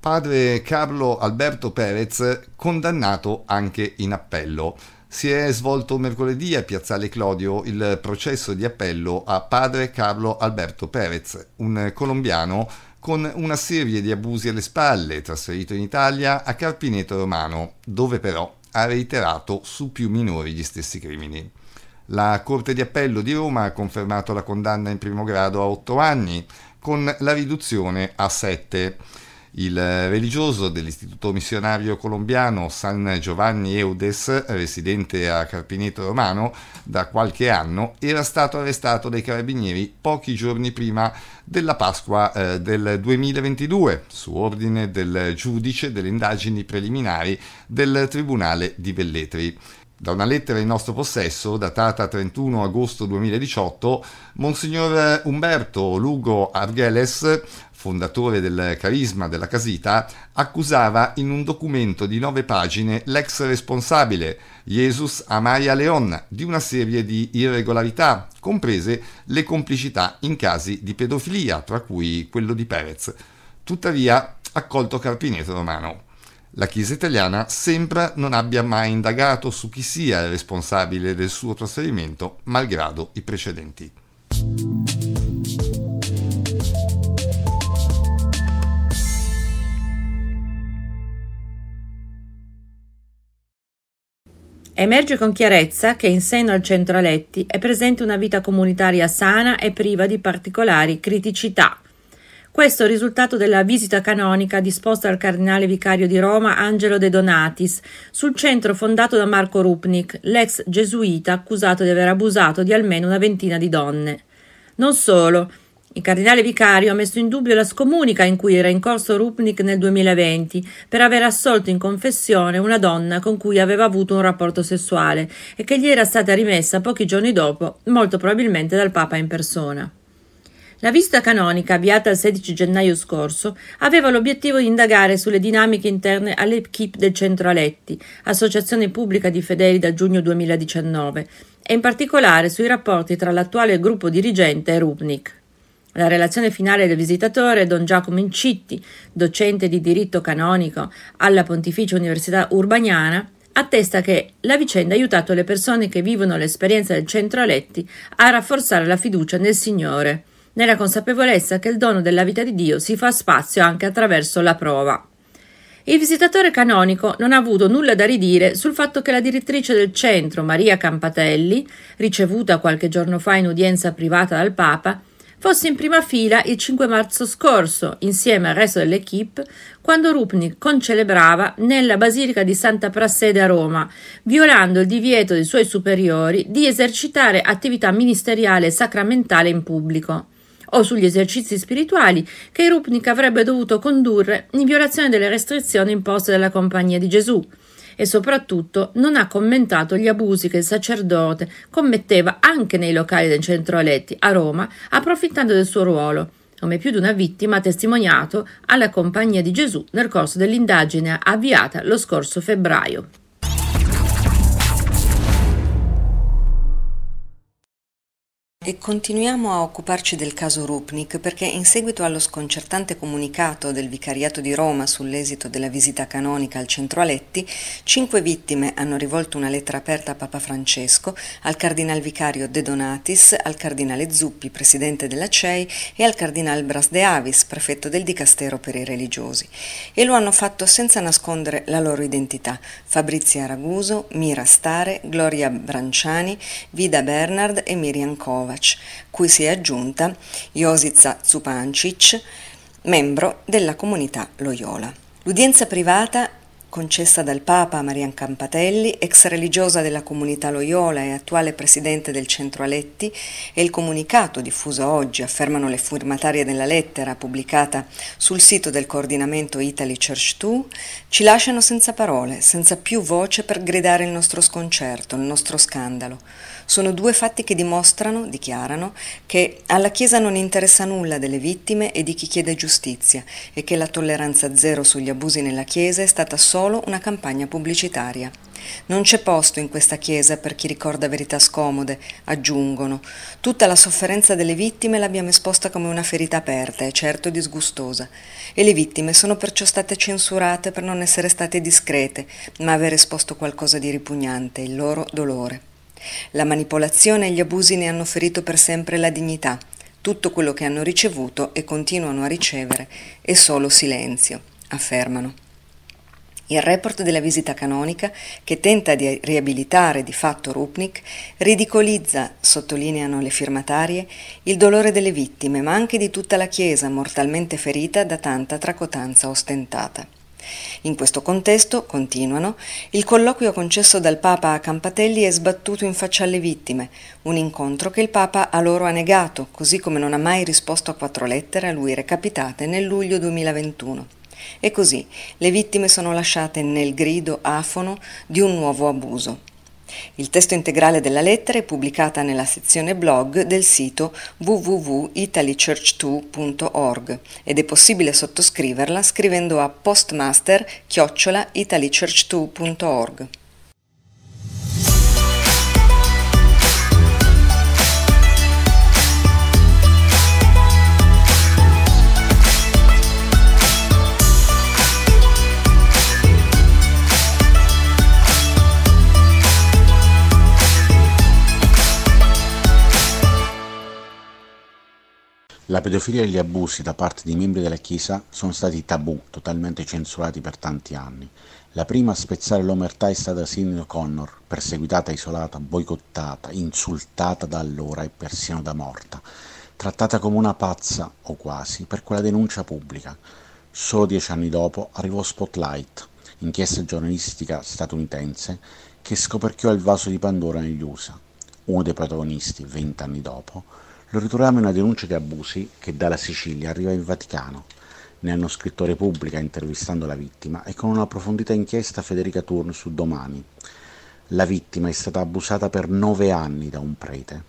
Padre Carlo Alberto Perez, condannato anche in appello. Si è svolto mercoledì a Piazzale Clodio il processo di appello a padre Carlo Alberto Perez, un colombiano con una serie di abusi alle spalle, trasferito in Italia a Carpineto Romano, dove però ha reiterato su più minori gli stessi crimini. La Corte di Appello di Roma ha confermato la condanna in primo grado a 8 anni, con la riduzione a 7. Il religioso dell'Istituto Missionario Colombiano San Giovanni Eudes, residente a Carpineto Romano da qualche anno, era stato arrestato dai carabinieri pochi giorni prima della Pasqua del 2022, su ordine del giudice delle indagini preliminari del Tribunale di Velletri. Da una lettera in nostro possesso, datata 31 agosto 2018, Monsignor Umberto Lugo Argeles, fondatore del Carisma della Casita, accusava in un documento di 9 pagine l'ex responsabile, Jesus Amaya León, di una serie di irregolarità, comprese le complicità in casi di pedofilia, tra cui quello di Perez. Tuttavia, accolto Carpineto Romano. La Chiesa italiana sembra non abbia mai indagato su chi sia il responsabile del suo trasferimento, malgrado i precedenti. Emerge con chiarezza che in seno al centro Aletti è presente una vita comunitaria sana e priva di particolari criticità. Questo è il risultato della visita canonica disposta dal cardinale vicario di Roma Angelo De Donatis sul centro fondato da Marco Rupnik, l'ex gesuita accusato di aver abusato di almeno una ventina di donne. Non solo, il cardinale vicario ha messo in dubbio la scomunica in cui era incorso Rupnik nel 2020 per aver assolto in confessione una donna con cui aveva avuto un rapporto sessuale e che gli era stata rimessa pochi giorni dopo, molto probabilmente dal Papa in persona. La visita canonica, avviata il 16 gennaio scorso, aveva l'obiettivo di indagare sulle dinamiche interne all'Equipe del Centro Aletti, associazione pubblica di fedeli dal giugno 2019, e in particolare sui rapporti tra l'attuale gruppo dirigente e Rupnik. La relazione finale del visitatore, Don Giacomo Incitti, docente di diritto canonico alla Pontificia Università Urbaniana, attesta che la vicenda ha aiutato le persone che vivono l'esperienza del Centro Aletti a rafforzare la fiducia nel Signore, nella consapevolezza che il dono della vita di Dio si fa spazio anche attraverso la prova. Il visitatore canonico non ha avuto nulla da ridire sul fatto che la direttrice del centro, Maria Campatelli, ricevuta qualche giorno fa in udienza privata dal Papa, fosse in prima fila il 5 marzo scorso, insieme al resto dell'equipe, quando Rupnik concelebrava nella Basilica di Santa Prassede a Roma, violando il divieto dei suoi superiori di esercitare attività ministeriale e sacramentale in pubblico, o sugli esercizi spirituali che Rupnik avrebbe dovuto condurre in violazione delle restrizioni imposte dalla Compagnia di Gesù, e soprattutto non ha commentato gli abusi che il sacerdote commetteva anche nei locali del Centro Aletti a Roma, approfittando del suo ruolo, come più di una vittima ha testimoniato alla Compagnia di Gesù nel corso dell'indagine avviata lo scorso febbraio. E continuiamo a occuparci del caso Rupnik perché in seguito allo sconcertante comunicato del Vicariato di Roma sull'esito della visita canonica al Centro Aletti, 5 vittime hanno rivolto una lettera aperta a Papa Francesco, al cardinal vicario De Donatis, al cardinale Zuppi, presidente della CEI, e al cardinal Bras de Avis, prefetto del Dicastero per i religiosi. E lo hanno fatto senza nascondere la loro identità: Fabrizia Raguso, Mira Stare, Gloria Branciani, Vida Bernard e Miriam Kova, cui si è aggiunta Josica Zupancic, membro della comunità Loyola. L'udienza privata concessa dal Papa a Maria Campatelli, ex religiosa della comunità Loyola e attuale presidente del Centro Aletti, e il comunicato diffuso oggi, affermano le firmatarie della lettera pubblicata sul sito del coordinamento Italy Church 2, ci lasciano senza parole, senza più voce per gridare il nostro sconcerto, il nostro scandalo. Sono 2 fatti che dimostrano, dichiarano, che alla Chiesa non interessa nulla delle vittime e di chi chiede giustizia, e che la tolleranza zero sugli abusi nella Chiesa è stata solo solo una campagna pubblicitaria. Non c'è posto in questa chiesa per chi ricorda verità scomode, aggiungono. Tutta la sofferenza delle vittime l'abbiamo esposta come una ferita aperta e certo disgustosa, e le vittime sono perciò state censurate per non essere state discrete, ma aver esposto qualcosa di ripugnante, il loro dolore. La manipolazione e gli abusi ne hanno ferito per sempre la dignità. Tutto quello che hanno ricevuto e continuano a ricevere è solo silenzio, affermano. Il report della visita canonica, che tenta di riabilitare di fatto Rupnik, ridicolizza, sottolineano le firmatarie, il dolore delle vittime, ma anche di tutta la Chiesa mortalmente ferita da tanta tracotanza ostentata. In questo contesto, continuano, il colloquio concesso dal Papa a Campatelli è sbattuto in faccia alle vittime, un incontro che il Papa a loro ha negato, così come non ha mai risposto a 4 lettere a lui recapitate nel luglio 2021. E così le vittime sono lasciate nel grido afono di un nuovo abuso. Il testo integrale della lettera è pubblicata nella sezione blog del sito www.italychurch2.org ed è possibile sottoscriverla scrivendo a postmaster@italychurch2.org. La pedofilia e gli abusi da parte di membri della Chiesa sono stati tabù, totalmente censurati per tanti anni. La prima a spezzare l'omertà è stata Sinéad O'Connor, perseguitata, isolata, boicottata, insultata da allora e persino da morta, trattata come una pazza, o quasi, per quella denuncia pubblica. Solo 10 anni dopo arrivò Spotlight, inchiesta giornalistica statunitense, che scoperchiò il vaso di Pandora negli USA. Uno dei protagonisti, 20 anni dopo, lo ritroviamo in una denuncia di abusi che dalla Sicilia arriva in Vaticano. Ne hanno scritto Repubblica intervistando la vittima e con un'approfondita inchiesta Federica Turn su Domani. La vittima è stata abusata per 9 anni da un prete.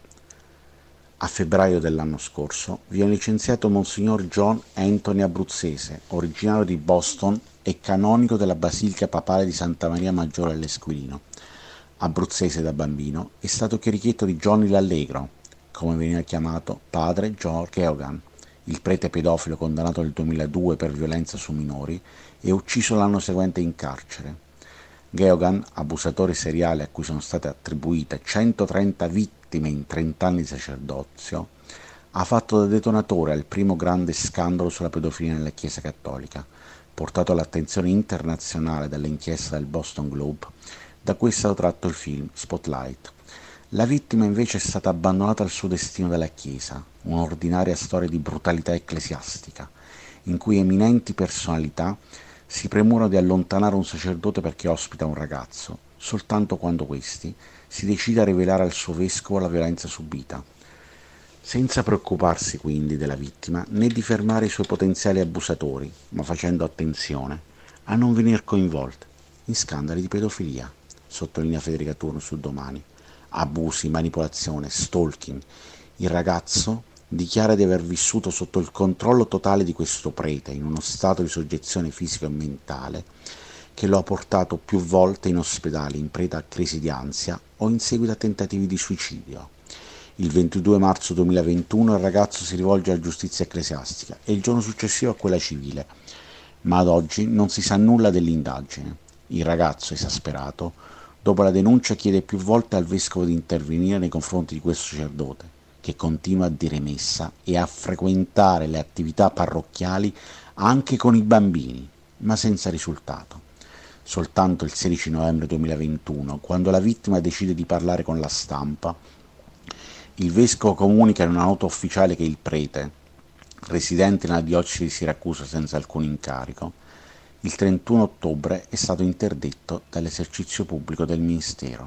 A febbraio dell'anno scorso viene licenziato Monsignor John Anthony Abruzzese, originario di Boston e canonico della Basilica Papale di Santa Maria Maggiore all'Esquilino. Abruzzese da bambino è stato chierichetto di Johnny l'Allegro, come veniva chiamato padre George Geoghegan, il prete pedofilo condannato nel 2002 per violenza su minori e ucciso l'anno seguente in carcere. Geoghegan, abusatore seriale a cui sono state attribuite 130 vittime in 30 anni di sacerdozio, ha fatto da detonatore al primo grande scandalo sulla pedofilia nella Chiesa Cattolica, portato all'attenzione internazionale dall'inchiesta del Boston Globe, da cui è stato tratto il film Spotlight. La vittima invece è stata abbandonata al suo destino dalla Chiesa, un'ordinaria storia di brutalità ecclesiastica, in cui eminenti personalità si premurano di allontanare un sacerdote perché ospita un ragazzo, soltanto quando questi si decide a rivelare al suo vescovo la violenza subita, senza preoccuparsi quindi della vittima né di fermare i suoi potenziali abusatori, ma facendo attenzione a non venir coinvolte in scandali di pedofilia, sottolinea Federica Turn su Domani. Abusi, manipolazione, stalking. Il ragazzo dichiara di aver vissuto sotto il controllo totale di questo prete, in uno stato di soggezione fisica e mentale che lo ha portato più volte in ospedale in preda a crisi di ansia o in seguito a tentativi di suicidio. Il 22 marzo 2021 il ragazzo si rivolge alla giustizia ecclesiastica e il giorno successivo a quella civile, ma ad oggi non si sa nulla dell'indagine. Il ragazzo, esasperato, dopo la denuncia chiede più volte al vescovo di intervenire nei confronti di questo sacerdote, che continua a dire messa e a frequentare le attività parrocchiali anche con i bambini, ma senza risultato. Soltanto il 16 novembre 2021, quando la vittima decide di parlare con la stampa, il vescovo comunica in una nota ufficiale che il prete, residente nella diocesi di Siracusa senza alcun incarico, il 31 ottobre è stato interdetto dall'esercizio pubblico del ministero.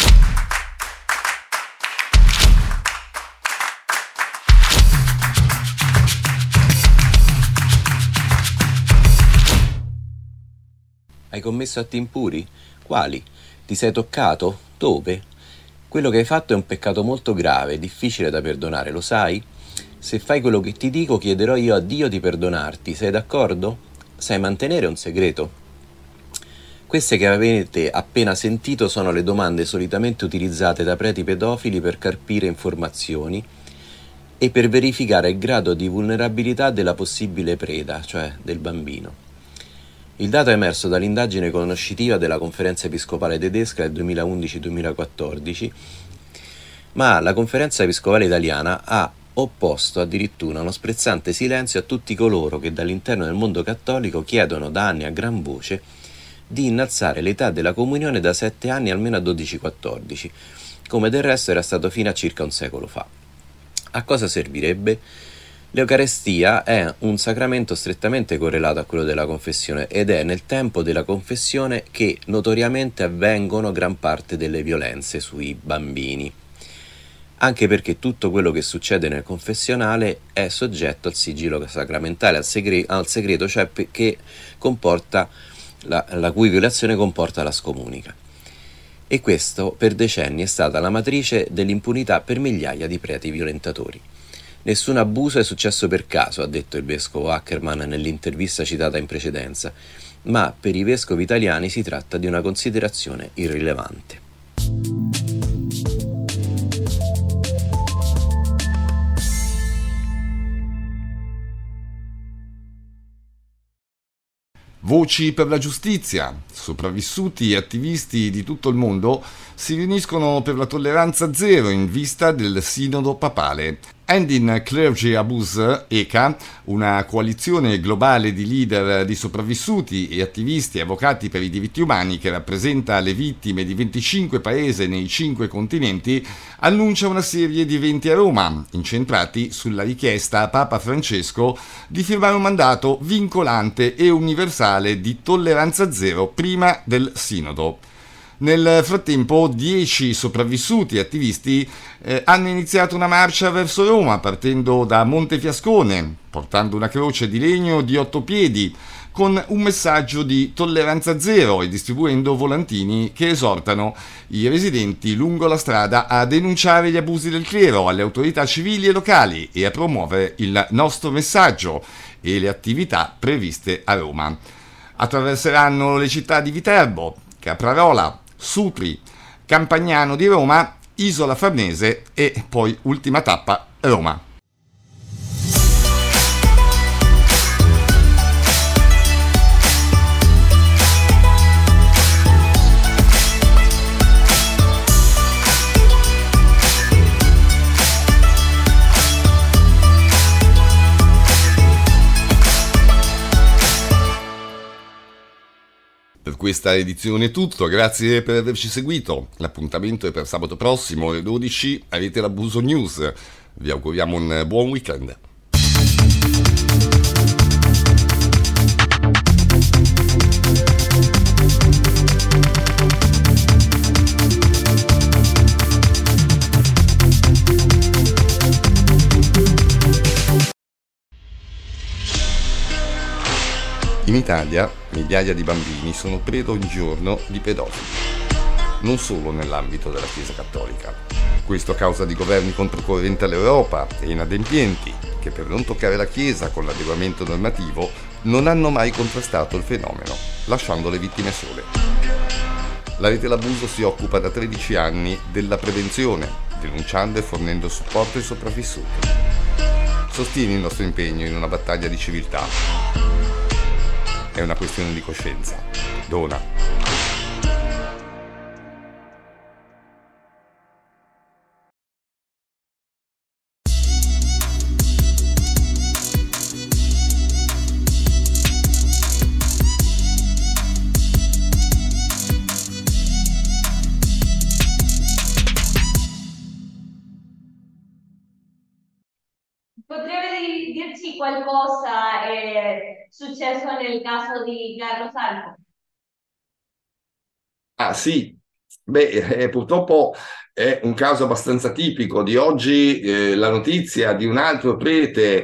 Hai commesso atti impuri? Quali? Ti sei toccato? Dove? Quello che hai fatto è un peccato molto grave, difficile da perdonare, lo sai? Se fai quello che ti dico, chiederò io a Dio di perdonarti, sei d'accordo? Sai mantenere un segreto? Queste che avete appena sentito sono le domande solitamente utilizzate da preti pedofili per carpire informazioni e per verificare il grado di vulnerabilità della possibile preda, cioè del bambino. Il dato è emerso dall'indagine conoscitiva della Conferenza Episcopale Tedesca del 2011-2014, ma la Conferenza Episcopale Italiana ha opposto addirittura uno sprezzante silenzio a tutti coloro che dall'interno del mondo cattolico chiedono da anni a gran voce di innalzare l'età della comunione da 7 anni almeno a 12-14, come del resto era stato fino a circa un secolo fa. A cosa servirebbe? L'Eucarestia è un sacramento strettamente correlato a quello della confessione ed è nel tempo della confessione che notoriamente avvengono gran parte delle violenze sui bambini, anche perché tutto quello che succede nel confessionale è soggetto al sigillo sacramentale, al segreto, cioè che comporta la cui violazione comporta la scomunica. E questo per decenni è stata la matrice dell'impunità per migliaia di preti violentatori. Nessun abuso è successo per caso, ha detto il vescovo Ackerman nell'intervista citata in precedenza, ma per i vescovi italiani si tratta di una considerazione irrilevante. Voci per la giustizia, sopravvissuti e attivisti di tutto il mondo si riuniscono per la tolleranza zero in vista del sinodo papale. Ending Clergy Abuse, ECA, una coalizione globale di leader di sopravvissuti e attivisti e avvocati per i diritti umani che rappresenta le vittime di 25 paesi nei 5 continenti, annuncia una serie di eventi a Roma, incentrati sulla richiesta a Papa Francesco di firmare un mandato vincolante e universale di tolleranza zero prima del sinodo. Nel frattempo 10 sopravvissuti attivisti hanno iniziato una marcia verso Roma partendo da Montefiascone, portando una croce di legno di 8 piedi con un messaggio di tolleranza zero e distribuendo volantini che esortano i residenti lungo la strada a denunciare gli abusi del clero alle autorità civili e locali e a promuovere il nostro messaggio e le attività previste a Roma. Attraverseranno le città di Viterbo, Caprarola, Sutri, Campagnano di Roma, Isola Farnese e poi ultima tappa Roma. Per questa edizione è tutto, grazie per averci seguito. L'appuntamento è per sabato prossimo alle 12, avete l'Abuso News. Vi auguriamo un buon weekend. In Italia migliaia di bambini sono preda ogni giorno di pedofili, non solo nell'ambito della Chiesa Cattolica. Questo a causa di governi controcorrente all'Europa e inadempienti che per non toccare la Chiesa con l'adeguamento normativo non hanno mai contrastato il fenomeno, lasciando le vittime sole. La Rete L'Abuso si occupa da 13 anni della prevenzione, denunciando e fornendo supporto ai sopravvissuti. Sostieni il nostro impegno in una battaglia di civiltà. È una questione di coscienza. Dona. Potrebbe dirci qualcosa è successo nel caso di Carlo Salvo? Ah sì, purtroppo è un caso abbastanza tipico di oggi, la notizia di un altro prete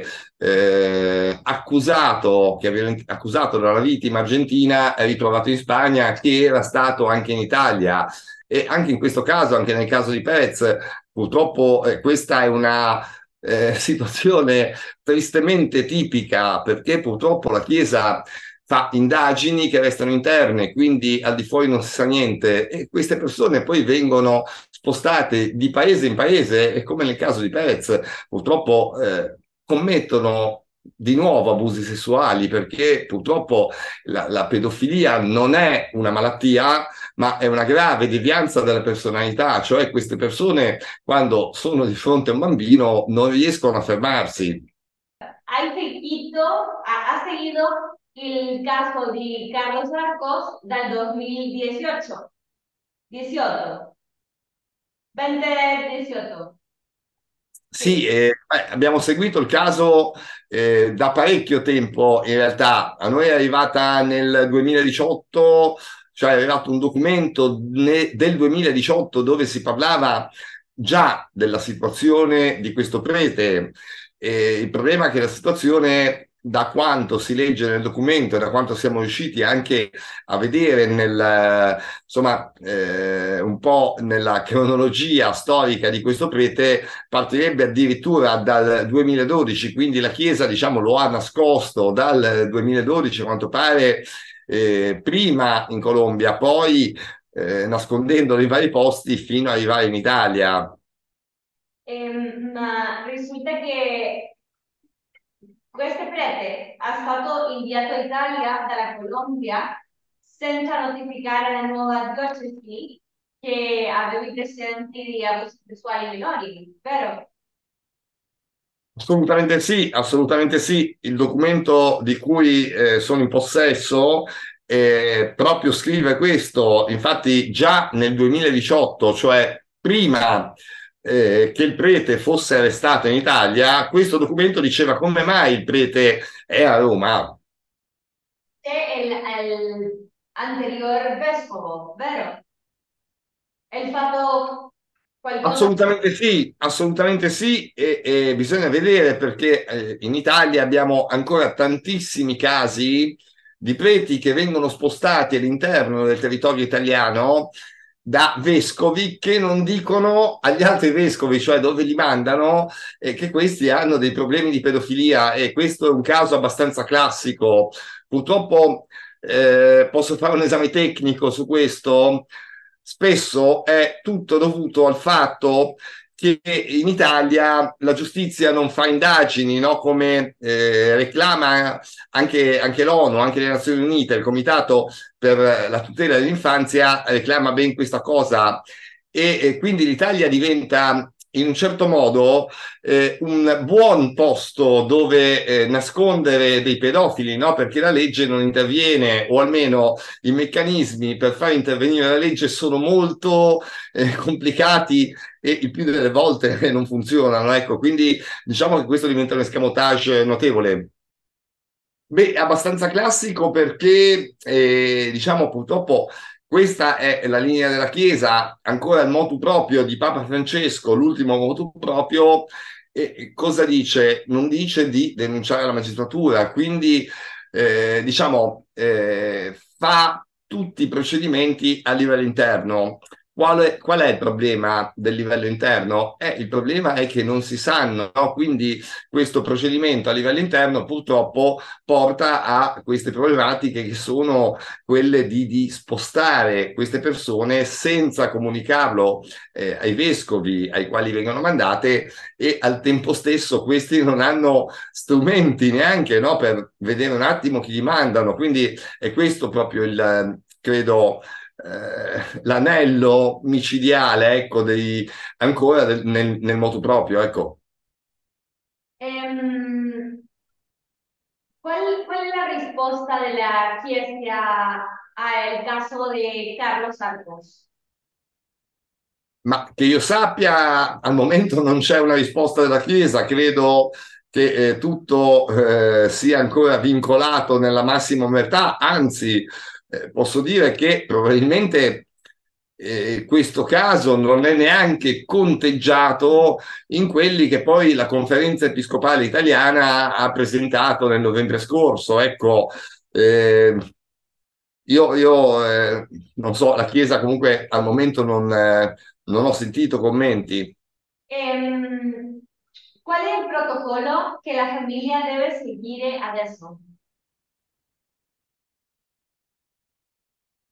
accusato dalla vittima argentina, ritrovato in Spagna, che era stato anche in Italia. E anche in questo caso, anche nel caso di Perez, purtroppo questa è una situazione tristemente tipica, perché purtroppo la Chiesa fa indagini che restano interne, quindi al di fuori non si sa niente, e queste persone poi vengono spostate di paese in paese e, come nel caso di Perez, purtroppo commettono di nuovo abusi sessuali, perché purtroppo la pedofilia non è una malattia, ma è una grave devianza della personalità, cioè queste persone quando sono di fronte a un bambino non riescono a fermarsi. Ha seguido el caso de Carlos Arcos del 2018, 18, 2018. Sì, Sí. abbiamo seguito il caso da parecchio tempo, in realtà a noi è arrivata nel 2018, cioè è arrivato un documento del 2018 dove si parlava già della situazione di questo prete. Il problema è che la situazione, da quanto si legge nel documento e da quanto siamo riusciti anche a vedere insomma, un po' nella cronologia storica di questo prete, partirebbe addirittura dal 2012, quindi la Chiesa, diciamo, lo ha nascosto dal 2012, a quanto pare, prima in Colombia, poi nascondendolo in vari posti fino ad arrivare in Italia. Ma risulta che questo prete è stato inviato in Italia dalla Colombia senza notificare la nuova diocesi che aveva i presenti di abusi sessuali minori, vero? Assolutamente sì, assolutamente sì. Il documento di cui sono in possesso proprio scrive questo. Infatti, già nel 2018, cioè prima che il prete fosse arrestato in Italia, questo documento diceva come mai il prete è a Roma. È il anterior vescovo, vero? È fatto qualcosa. Assolutamente sì, e bisogna vedere perché in Italia abbiamo ancora tantissimi casi di preti che vengono spostati all'interno del territorio italiano da vescovi che non dicono agli altri vescovi, cioè dove li mandano, che questi hanno dei problemi di pedofilia, e questo è un caso abbastanza classico. Purtroppo posso fare un esame tecnico su questo. Spesso è tutto dovuto al fatto che in Italia la giustizia non fa indagini, no? Come reclama anche l'ONU, anche le Nazioni Unite, il Comitato per la tutela dell'infanzia reclama ben questa cosa, e quindi l'Italia diventa in un certo modo un buon posto dove nascondere dei pedofili, no? Perché la legge non interviene, o almeno i meccanismi per far intervenire la legge sono molto complicati e il più delle volte non funzionano. Ecco, quindi diciamo che questo diventa un escamotage notevole. Beh, è abbastanza classico perché, diciamo, purtroppo questa è la linea della Chiesa, ancora il motu proprio di Papa Francesco, l'ultimo motu proprio, e cosa dice? Non dice di denunciare la magistratura, quindi, diciamo, fa tutti i procedimenti a livello interno. Qual è il problema del livello interno? Il problema è che non si sanno, no? Quindi questo procedimento a livello interno purtroppo porta a queste problematiche che sono quelle di spostare queste persone senza comunicarlo ai vescovi ai quali vengono mandate, e al tempo stesso questi non hanno strumenti neanche, no, per vedere un attimo chi li mandano. Quindi è questo proprio credo, l'anello micidiale, ecco, ancora nel motu proprio, ecco. Em, ¿cuál es la respuesta de la Iglesia al caso de Carlos Santos? Ma che io sappia, al momento non c'è una risposta della Chiesa, credo che tutto sia ancora vincolato nella massima omertà, anzi posso dire che probabilmente questo caso non è neanche conteggiato in quelli che poi la Conferenza Episcopale Italiana ha presentato nel novembre scorso. Ecco, eh, io non so, la Chiesa comunque al momento non ho sentito commenti. Em, ¿Cuál es el protocolo que la familia debe seguir adesso?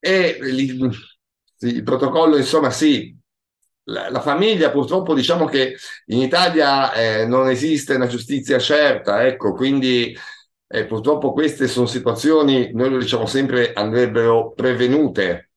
sì, il protocollo, insomma, sì. La famiglia, purtroppo, diciamo che in Italia non esiste una giustizia certa, ecco, quindi purtroppo queste sono situazioni, noi lo diciamo sempre, andrebbero prevenute.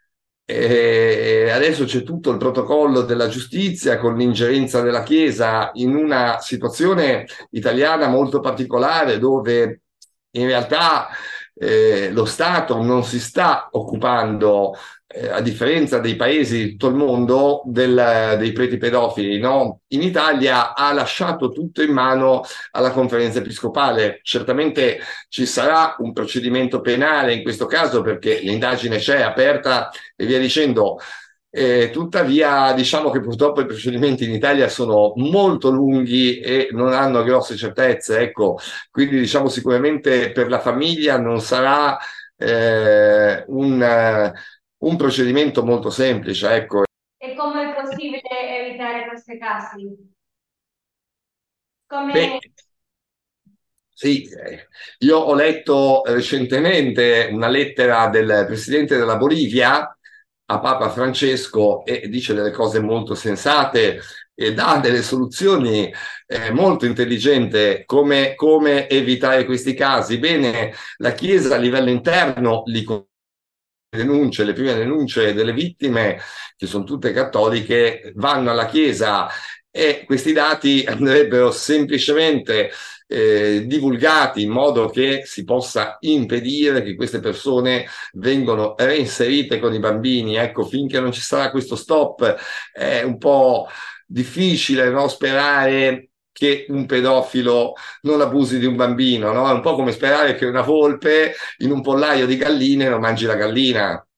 E adesso c'è tutto il protocollo della giustizia con l'ingerenza della Chiesa in una situazione italiana molto particolare dove in realtà lo Stato non si sta occupando, a differenza dei paesi di tutto il mondo, dei preti pedofili, no? In Italia ha lasciato tutto in mano alla conferenza episcopale. Certamente ci sarà un procedimento penale in questo caso perché l'indagine c'è aperta e via dicendo. Tuttavia, diciamo che purtroppo i procedimenti in Italia sono molto lunghi e non hanno grosse certezze, ecco, quindi diciamo sicuramente per la famiglia non sarà un procedimento molto semplice, ecco. E come è possibile evitare questi casi? Come... Beh, sì, io ho letto recentemente una lettera del presidente della Bolivia a Papa Francesco e dice delle cose molto sensate e dà delle soluzioni molto intelligenti come evitare questi casi. Bene, la Chiesa a livello interno le prime denunce delle vittime, che sono tutte cattoliche, vanno alla Chiesa e questi dati andrebbero semplicemente divulgati in modo che si possa impedire che queste persone vengano reinserite con i bambini. Ecco, finché non ci sarà questo stop è un po' difficile, no, sperare che un pedofilo non abusi di un bambino, no? È un po' come sperare che una volpe in un pollaio di galline non mangi la gallina.